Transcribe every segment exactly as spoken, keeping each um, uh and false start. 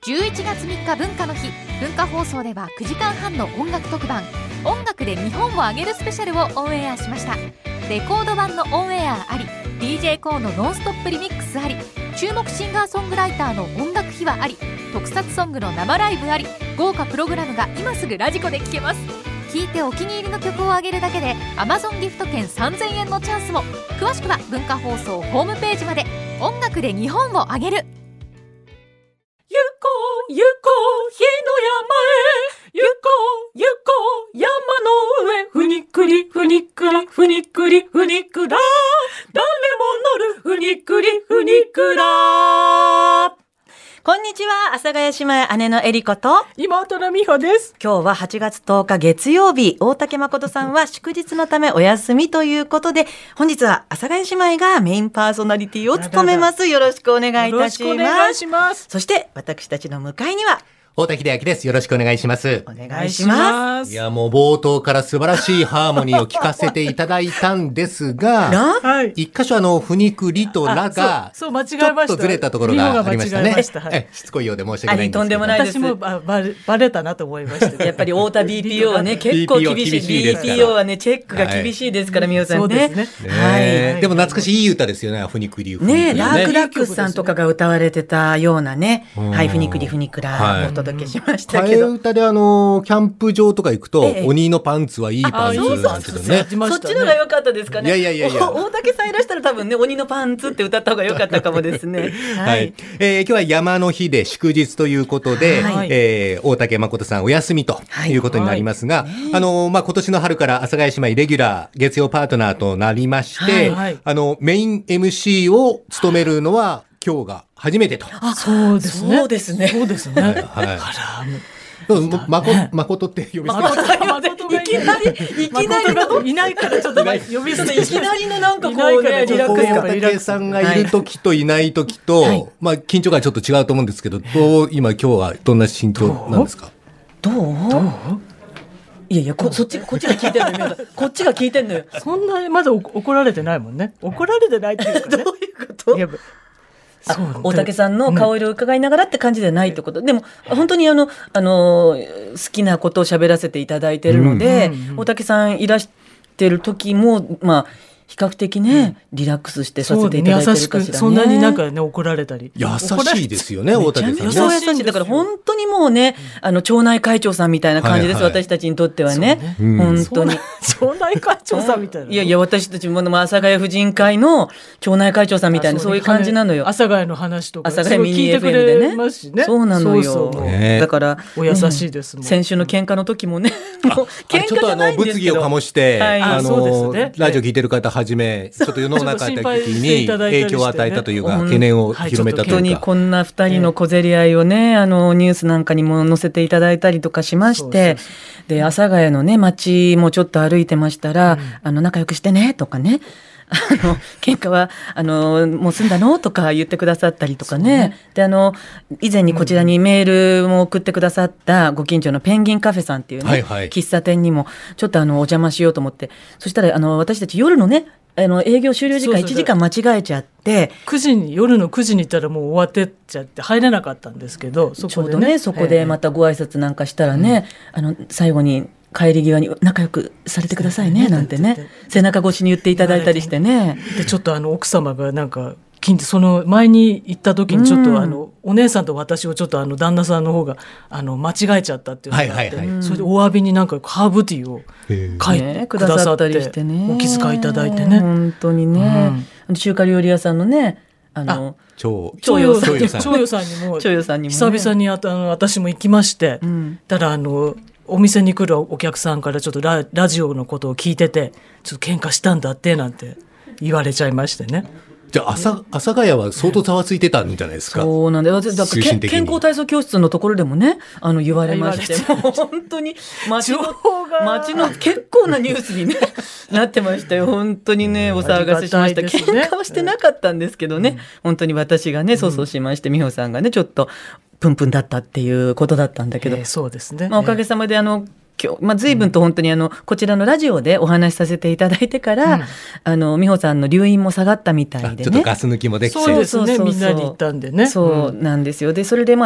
じゅういちがつみっか文化の日、文化放送ではくじかんはんの音楽特番音楽で日本をあげるスペシャルをオンエアしました。レコード版のオンエアあり、 ディージェー コーのノンストップリミックスあり、注目シンガーソングライターの音楽秘話あり、特撮ソングの生ライブあり、豪華プログラムが今すぐラジコで聴けます。聴いてお気に入りの曲をあげるだけで Amazon ギフト券さんぜんえんのチャンスも。詳しくは文化放送ホームページまで。音楽で日本をあげる。 行こう行こう日の山へ、行こう行こう山の上、ふにくりふにくりふにくりふにくら、誰も乗るふにくりふにくら。 こんにちは、阿佐ヶ谷姉妹姉のえりこと妹の美穂です。 今日ははちがつとおか月曜日、大竹誠さんは祝日のためお休みということで、本日は阿佐ヶ谷姉妹がメインパーソナリティを務めます。よろしくお願いいたします。 よろしくお願いします。 そして私たちの向かいには大田秀明です。よろしくお願いします。 お願いします。 いや、もう冒頭から素晴らしいハーモニーを聞かせていただいたんですが、 はい、 一箇所あの、ふにくりとらが、 そう、そう間違えました。 ちょっとずれたところがありましたね。 したはい、 えしつこいようで申し訳ないんですけど。 とんでもないです。 私もバレ、バレたなと思いました。 やっぱり太田 ビーピーオー はね、結構厳しい。ビーピーオー はね、チェックが厳しいですから、皆さんね。そうですね。 はい。でも懐かしいいい歌ですよね、ふにくり。 ね、ラークダックスさんとかが歌われてたようなね、はい、ふにくりふにくらお届けしました。 替え歌であのキャンプ場とか行くと、ええ、鬼のパンツはいいパンツなんてね。 そっちのが良かったですかね。 いやいやいやいや。 大竹さんいらしたら多分ね、鬼のパンツって歌った方が良かったかもですね。 はい、はい、えー。今日は山の日で祝日ということで、はい、えー、大竹誠さんお休みということになりますが、はい、あのまあ今年の春から阿佐ヶ谷姉妹レギュラー月曜パートナーとなりまして、はい、あのメイン エムシー を務めるのは今日が初めてと。 あ、そうですね。そうですね。 そうですね。 はい。はいまこ、まことって呼び捨て。 いきなり、いきなりいないからちょっと呼び捨て。 いきなりのなんかこうね、 リラックス。大竹さんがいる時といない時と、はい、まあ緊張感ちょっと違うと思うんですけど、どう、今今日はどんな心境なんですか？ どう？どう？いやいや、こ、そっち、こっちが聞いてんのよ。こっちが聞いてんのよ。 そんな、まだ怒られてないもんね。怒られてないっていうかね。 どういうこと？大竹さんの顔色を伺いながらって感じではないってこと、うん、でも本当にあの、あの好きなことを喋らせていただいているので、うんうんうん、大竹さんいらしてる時もまあ比較的ね、うん、リラックスしてさせていただいてるかしらね。 優しく、そんなになんかね怒られたり優しいですよね、大竹さんね。 めちゃめちゃ優しい。だから本当にもうね、あの町内会長さんみたいな感じです、はいはい、私たちにとってはね、ね、本当に町内会長さんみたいな。 いやいや、私たちも阿佐ヶ谷婦人会の町内会長さんみたいな、そういう感じなのよ。 阿佐ヶ谷の話とか阿佐ヶ谷ミニ エフエム でね。そうなのよ。そうそう、 ね、 だからお優しいですもん。 先週の喧嘩の時もね、もう喧嘩じゃないんですけど、ちょっとあの物議を醸して、はい、あの、 ね、 ラジオ聞いてる方はじめちょっと世の中的に影響を与えたというか、懸念を広めたというか、 本当にこんな二人の小競り合いをね、あのニュースなんかにも載せていただいたりとかしまして、そうそうそう、で阿佐ヶ谷のね街もちょっと歩いてましたら、うん、あの仲良くしてねとかね、あの喧嘩はあのもう済んだのとか言ってくださったりとか ね, ねであの以前にこちらにメールも送ってくださったご近所のペンギンカフェさんっていうね、はいはい、喫茶店にもちょっとあのお邪魔しようと思って、そしたらあの私たち夜のねあの営業終了時間いちじかん間違えちゃって、 くじに夜のくじに行ったらもう終わってっちゃって入れなかったんですけど、そこでね、 ちょうどねそこでまたご挨拶なんかしたらね、うん、あの最後に帰り際に仲良くされてくださいねなんてね、背中越しに言っていただいたりしてね。 でちょっとあの奥様がなんかその前に行った時にちょっとあの、うん、お姉さんと私をちょっとあの旦那さんの方があの間違えちゃったっていうのがあって、はいはいはい、それでお詫びになんかハーブティーを書いてくださって、ね、してね、お気遣いいただいてね、 本当にね、うん、中華料理屋さんのねあの長与さんにも久々にあの私も行きまして、うん、ただあのお店に来るお客さんからちょっと ラ, ラジオのことを聞いててちょっと喧嘩したんだってなんて言われちゃいましてね。 じゃあ阿佐ヶ谷は相当ざわついてたんじゃないですか。 そうなんで、私だから健康体操教室のところでもねあの言われまして、もう本当に街の街の結構なニュースに、ね、なってましたよ。本当にねお騒がせしました。喧嘩はしてなかったんですけどね、うん、本当に私がね粗相しまして、うん、美穂さんがねちょっとプンプンだったっていうことだったんだけど、 えー、そうですね、 まあ、おかげさまであの今日、まあ、随分と本当にあの、うん、こちらのラジオでお話しさせていただいてから、うん、あの美穂さんの留飲も下がったみたいでね、 ちょっとガス抜きもできて、 そうですね、みんなに言ったんでね、 そうなんですよ。でそれでまあ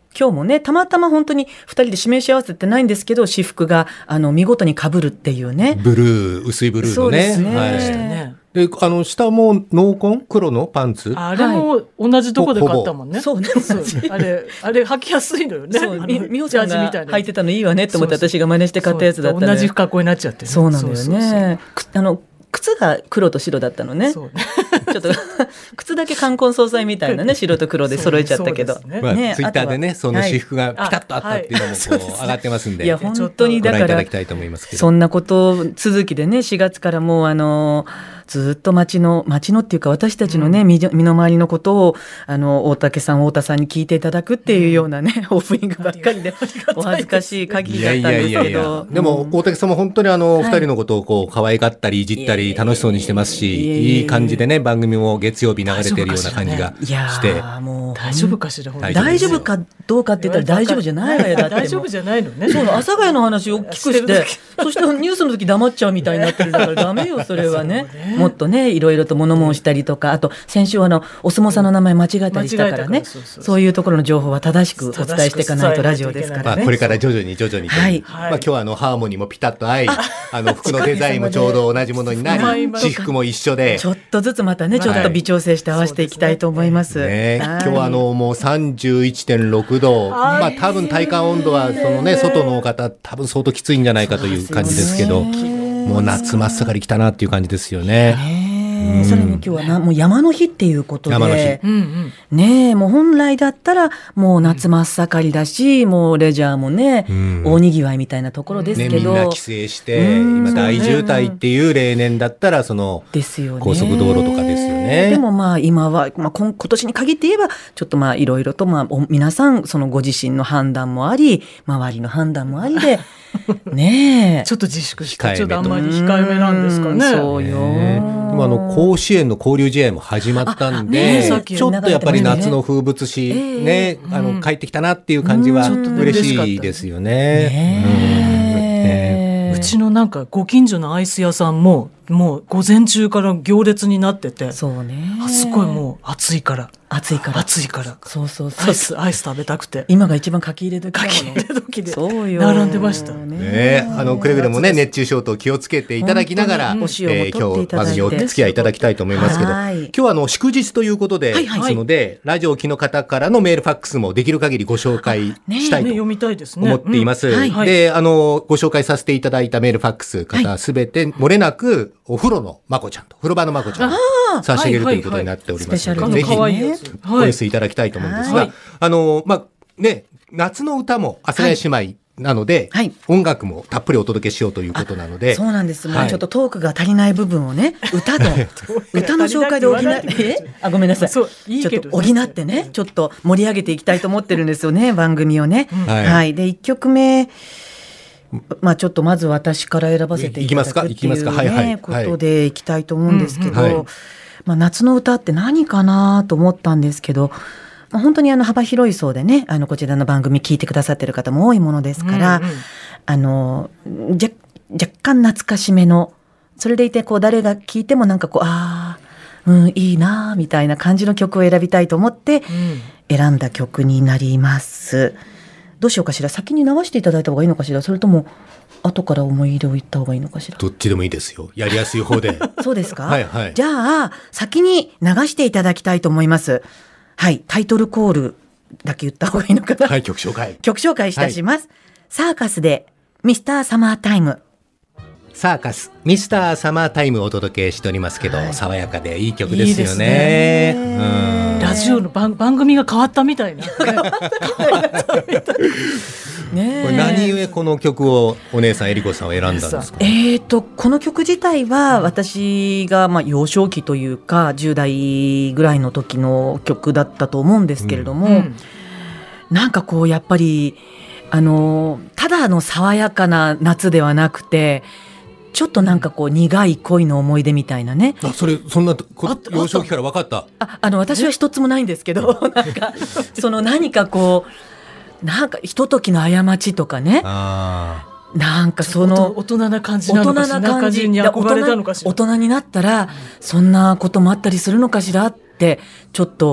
今日もねたまたま本当にふたりで指名し合わせてないんですけど、私服があの見事に被るっていうね。 ブルー、薄いブルーのね。 そうですね。 はいねで、あの下も濃紺黒のパンツ。 あれも同じとこで買ったもんね。 そうね。 そうあれあれ履きやすいのよね。 そうあのみほさんがジャージみたいな履いてたのいいわねって思って私が真似して買ったやつだったのよ。 同じ格好になっちゃってね。 そうなのよね。 そうそうそうくあの靴が黒と白だったのね。 そうねちょっと靴だけ冠婚葬祭みたいなね白と黒で揃えちゃったけど。 そうですねまあねツイッターでねその私服がはいピタッとあったっていうのもこう上がってますんで、 いや本当にご覧いただからだきたいと思いますけど。 そんなこと続きでねしがつからもうあのずっと町の町のっていうか私たちのね、うん、身の回りのことをあの大竹さん太田さんに聞いていただくっていうようなね、うん、オープニングばっかりでお恥ずかしい限りだったんですけど、いやいやいやいやでも大竹さんも本当にあの二、はい、人のことをこう可愛がったりいじったり楽しそうにしてますし、いやいやいやいやいい感じでね番組も月曜日流れてるような感じがして、 もう大丈夫かしら。 大丈夫かどうかって言ったら大丈夫じゃないわよ。だって大丈夫じゃないのね。 そう阿佐ヶ谷の話を大きくしてそしてニュースの時黙っちゃうみたいになってるんだからダメよそれは ね, ねもっとねいろいろと物申したりとか、あと先週あのお相撲さんの名前間違えたりしたからね、そうそうそういうところの情報は正しくお伝えしていかないとラジオですからね、 まあ、これから徐々に徐々に、 はいまあ、今日はあのハーモニーもピタッと合い、あの服のデザインもちょうど同じものになり私服も一緒でちょっとずつまたねちょっと微調整して合わせていきたいと思います、 はいね、今日はあのもう さんじゅういってんろくど、まあ、多分体感温度はその、ね、外の方多分相当きついんじゃないかという感じですけど、もう夏真っ盛り来たなっていう感じですよね。 うん、さらに今日はなもう山の日っていうことで、 山の日、 うんうん、ねえもう本来だったらもう夏真っ盛りだし、うん、もうレジャーもね、うん、大にぎわいみたいなところですけど、ね、 みんな帰省して、うん、今大渋滞っていう例年だったらその高速道路とかですよね。 でもまあ今は、まあ、今, 今年に限って言えばちょっとまあいろいろとまあ皆さんそのご自身の判断もあり周りの判断もありでねえちょっと自粛してちょっとあんまり控えめなんですかね。 そうよ、ね、 でもあの甲子園の交流試合も始まったんで、ね、ちょっとやっぱり夏の風物詩、ねねうん、あの帰ってきたなっていう感じは嬉しいですよね。ねねうちのなんかご近所のアイス屋さんももう午前中から行列になってて、 そうね、 あすごいもう暑いから暑いから暑いからそうそうそうアイスアイス食べたくて今が一番書き入れ時書き入れ時でそうよ並んでましたね。あのくれぐれもね熱中症と気をつけていただきながら、えー、今日番組お付き合いいただきたいと思いますけど、今日はあの祝日ということで、はいはい、ですのでラジオ機の方からのメールファックスもできる限りご紹介したいと思っています。であのご紹介させていただいたメールファックス方すべて漏れなくお風呂のまこちゃんと風呂場のまこちゃんを差し上げるということになっておりますので、ぜひお寄せいただきたいと思うんですが、はい、あのまあね夏の歌も阿佐ヶ谷姉妹なので、はい、音楽もたっぷりお届けしようということなので、 そうなんです、はい、もうちょっとトークが足りない部分をね歌の歌の紹介で補えあごめんなさいそういいけどちょっと補ってねちょっと盛り上げていきたいと思ってるんですよね番組をね、うん、はい、はい、でいっきょくめまあ、ちょっとまず私から選ばせていただくっていうね、はいはい、ことでいきたいと思うんですけど、うんうんはい、まあ、夏の歌って何かなと思ったんですけど、まあ、本当にあの幅広い層でねあのこちらの番組聞いてくださってる方も多いものですから、うんうん、あのじゃ若干懐かしめのそれでいてこう誰が聞いてもなんかこうあー、うん、いいなみたいな感じの曲を選びたいと思って選んだ曲になります。どうしようかしら、先に流していただいた方がいいのかしら、それとも後から思い入れを言った方がいいのかしら。 どっちでもいいですよ、やりやすい方でそうですか、 はいはい、 じゃあ先に流していただきたいと思います。はい、タイトルコールだけ言った方がいいのかな。 はい、曲紹介曲紹介いたします、はい、サーカスでミスターサマータイム。 サーカスミスターサマータイムをお届けしておりますけど、はい、爽やかでいい曲ですよね。いいですね。 うん、ラジオの 番, 番組が変わったみたいなね。これ何故この曲をお姉さんえりこさんは選んだんですか。 えーとこの曲自体は私がまあ幼少期というかじゅう代ぐらいの時の曲だったと思うんですけれども、うんうん、なんかこうやっぱりあのただの爽やかな夏ではなくてちょっとなんかこう苦い恋の思い出みたいなね。 あ、それそんな幼少期から分かった。 ああの私は一つもないんですけどなんかその何かこうなんかひとときの過ちとかね、あなんかその大人な感じなのかしら、大人な感じに憧れたのかしら、 大人になったらそんなこともあったりするのかしらってちょっと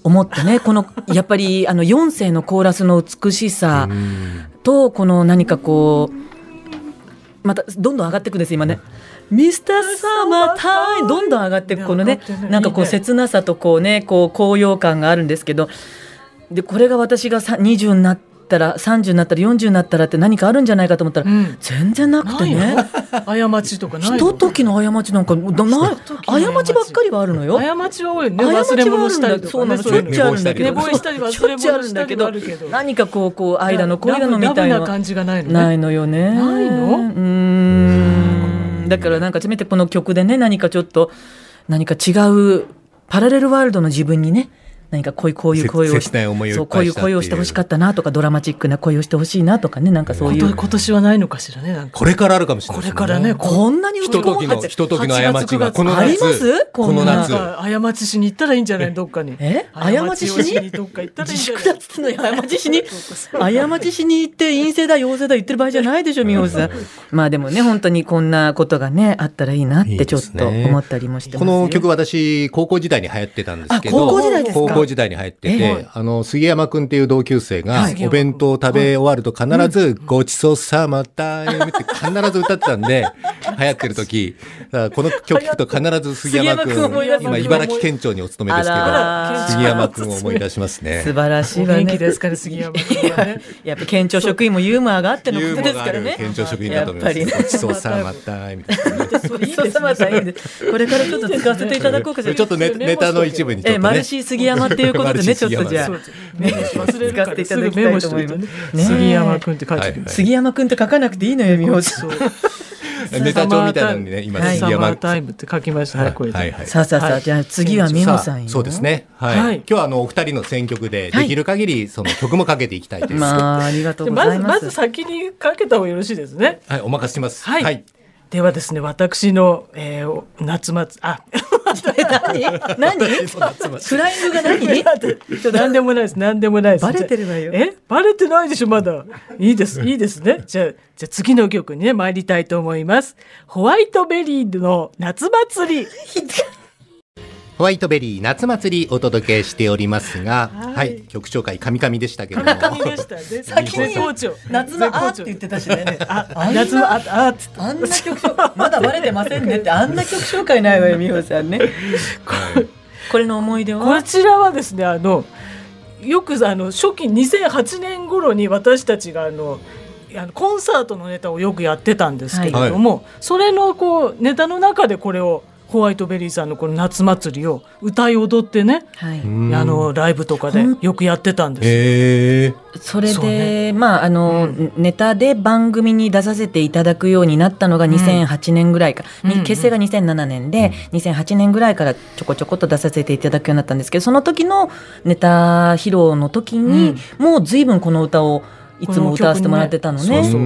思ってね、このやっぱりあのよん声のコーラスの美しさとこの何かこうまたどんどん上がっていくんです今ね。ミスターサマータイムどんどん上がっていくこのね、なんかこう切なさとこうねこう高揚感があるんですけど、でこれが私がさにじゅうになったらさんじゅうになったらよんじゅうになったらって何かあるんじゃないかと思ったら、うん、全然なくてね。 過ちとかないの？ ひとときの過ちなんかな過ちばっかりはあるのよ。 過ちは多いね。忘れ物したりとかね。 しょっちゅうあるんだけど、 寝坊したり忘れ物したりはあるけど、 何かこうこう間のこういうのみたいな感じがないのね。 ないのよね。 ないの？ うーん。だからなんかせめてこの曲でね何かちょっと何か違うパラレルワールドの自分にね。何かこういうこういう恋をしそうこういう恋をしてほしかったなとかドラマチックな恋をしてほしいなとかねなんかそういう今年はないのかしらね。なんかこれからあるかもしれない、 ね、これからねこんなにひとときのひとときの過ちがこの夏ありますこの夏過ちしに行ったらいいんじゃないどっかにえ過ちしにどっか行ったらいいんじゃない自粛だっつっての過ちしに過ちしに行って陰性だ陽性だ言ってる場合じゃないでしょ美穂さんまあでもね本当にこんなことがねあったらいいなってちょっと思ったりもしてますよ。 この曲私高校時代に流行ってたんですけど高校時代ですか。 高校時代に流行っててあの杉山くんっていう同級生がお弁当を食べ終わると必ずごちそうさまタイムって必ず歌ってたんで流行ってる時この曲聴くと必ず杉山くん今茨城県庁にお勤めですけど杉山くんを思い出しますね。 素晴らしいわね。 元気ですから杉山くんはねやっぱ県庁職員もユーモアがあってのことですからね。 県庁職員だと思います。ごちそうさまタイムごちそうさまタイムこれからちょっと使わせていただこうかしら。 ちょっとネタの一部にちょっとねマルシー杉山っていうことでねちょっとじゃあ忘れるから使っていただきたいと思います。 杉山くんって書いてる。 杉山くんって書かなくていいのよ美穂さん。 ネタ帳みたいなのにね今杉山タイムって書きました。はいこれ。 さあさあさあじゃあ次は美穂さんよ。 そうですね。はい。今日はあのお二人の選曲でできる限りその曲もかけていきたいです。 まあありがとうございます。 まずまず先にかけた方がよろしいですね。 はいお任せします。 はい。ではですね私の、えー、夏祭りあ何何フライングが何何でもないです何でもないです。 バレてるわよ。 えバレてないでしょまだいいですいいですね。じゃあじゃあ次の曲にね参りたいと思います。ホワイトベリーの夏祭りホワイトベリー夏祭りお届けしておりますが、はい、はい、曲紹介神々でしたけども神々でしたね。 先に夏のあって言ってたしねあ夏のああっあんな曲紹介まだバレてませんねってあんな曲紹介ないわよ美穂さんね、はい、これの思い出はこちらはですねあのよくあの初期にせんはちねん頃に私たちがあのあのコンサートのネタをよくやってたんですけれども、はい、それのこうネタの中でこれをホワイトベリーさんのこの夏祭りを歌い踊ってね、はい、あのライブとかでよくやってたんですよ。 へー。それで、ね、まああの、うん、ネタで番組に出させていただくようになったのがにせんはちねんぐらいか、うん、結成がにせんななねんで、うん、にせんはちねんぐらいからちょこちょこっと出させていただくようになったんですけどその時のネタ披露の時に、うん、もう随分この歌をいつも歌わせてもらってたのね。そうそう、うん、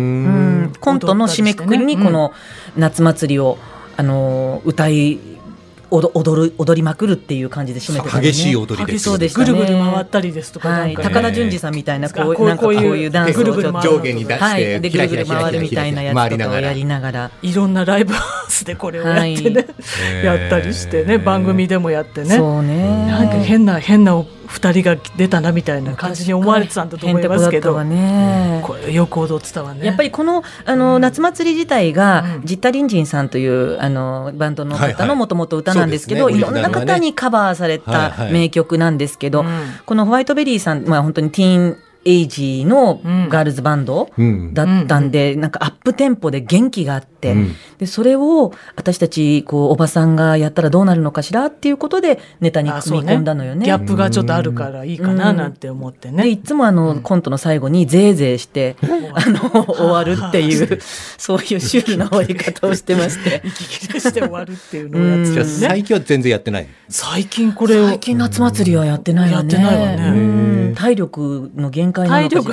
コントの締めくくりにこの夏祭りをあの歌い踊る踊りまくるっていう感じで締めてた、ね、 激しい踊りです。 そうでしたね。 ぐるぐる回ったりですとか、 はい、高田純次さんみたいなこうなんかこういうダンスをちょっと上下に出して、はい、 でぐるぐる回るみたいなやつとかをやりながらいろんなライブハウスでこれをやってね、はい、やったりしてね番組でもやってね。 そうね。 なんか変な変なふたりが出たなみたいな感じに思われてたんだと思いますけど、ね、これよく踊ってたわね。 やっぱりこの、あの夏祭り自体が、うん、ジッタリンジンさんというあのバンドの方のもともと歌なんですけど、はいはい、いろんな方にカバーされた名曲なんですけど、はいはい、このホワイトベリーさん、まあ、本当にティーンエイジのガールズバンドだったんで、うん、なんかアップテンポで元気があって、うん、でそれを私たちこうおばさんがやったらどうなるのかしらっていうことでネタに組み込んだのよね。 ギャップがちょっとあるからいいかななんて思ってね。 でいつもあの、うん、コントの最後にゼーゼーして、うん、あの終わるっていうそういうシュールな終わり方をしてまして息切れして終わるっていうのをやってた、ね、 最近は全然やってない。 最近これを最近夏祭りはやってないよね。 やってないわね。 体力の限界なのかしら。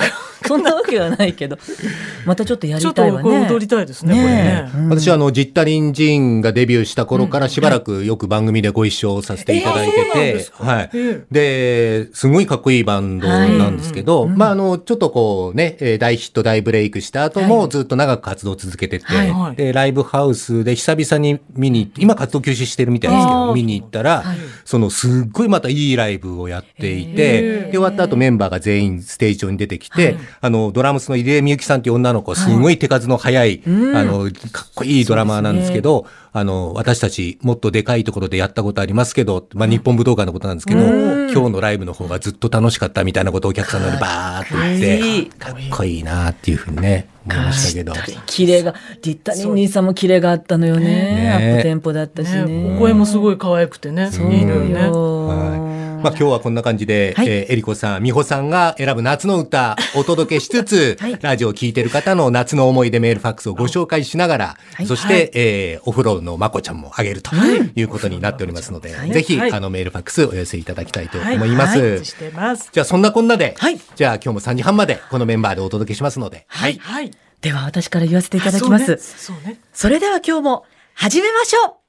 そんなわけはないけど、またちょっとやりたいわね。 ちょっと踊りたいですね、 ねこれね。 私はあのジッタリンジンがデビューした頃からしばらくよく番組でご一緒させていただいてて、はい。で、すごいかっこいいバンドなんですけど、まああのちょっとこうね、大ヒット大ブレイクした後もずっと長く活動を続けてて、でライブハウスで久々に見に、今活動休止してるみたいですけど、見に行ったら、そのすっごいまたいいライブをやっていて、で終わった後メンバーが全員ステージ上に出てきて、あのドラムスの入江美幸さんっていう女の子、すごい手数の速い、あのかっこいいドラマーなんですけど、あの私たちもっとでかいところでやったことありますけど、まあ日本武道館のことなんですけど、今日のライブの方がずっと楽しかったみたいなことをお客さんのでバーって言って、かっこいいなっていうふうにね思いましたけど、 キレがジッタリン兄さんもキレがあったのよね。アップテンポだったしね。 お声もすごい可愛くてね、いいのよね。まあ、今日はこんな感じで、はい、えー、えりこさん、みほさんが選ぶ夏の歌お届けしつつ、はい、ラジオを聴いてる方の夏の思い出メールファックスをご紹介しながら、はい、そして、はい、えー、お風呂のまこちゃんもあげるということになっておりますので、はい、ぜひ、はい、あのメールファックスお寄せいただきたいと思います。はいはい、 してます。 じゃあそんなこんなで、はい、じゃあ今日もさんじはんまでこのメンバーでお届けしますので、 はい、はい、では私から言わせていただきます。 そ, うね、そ, うね、それでは今日も始めましょう。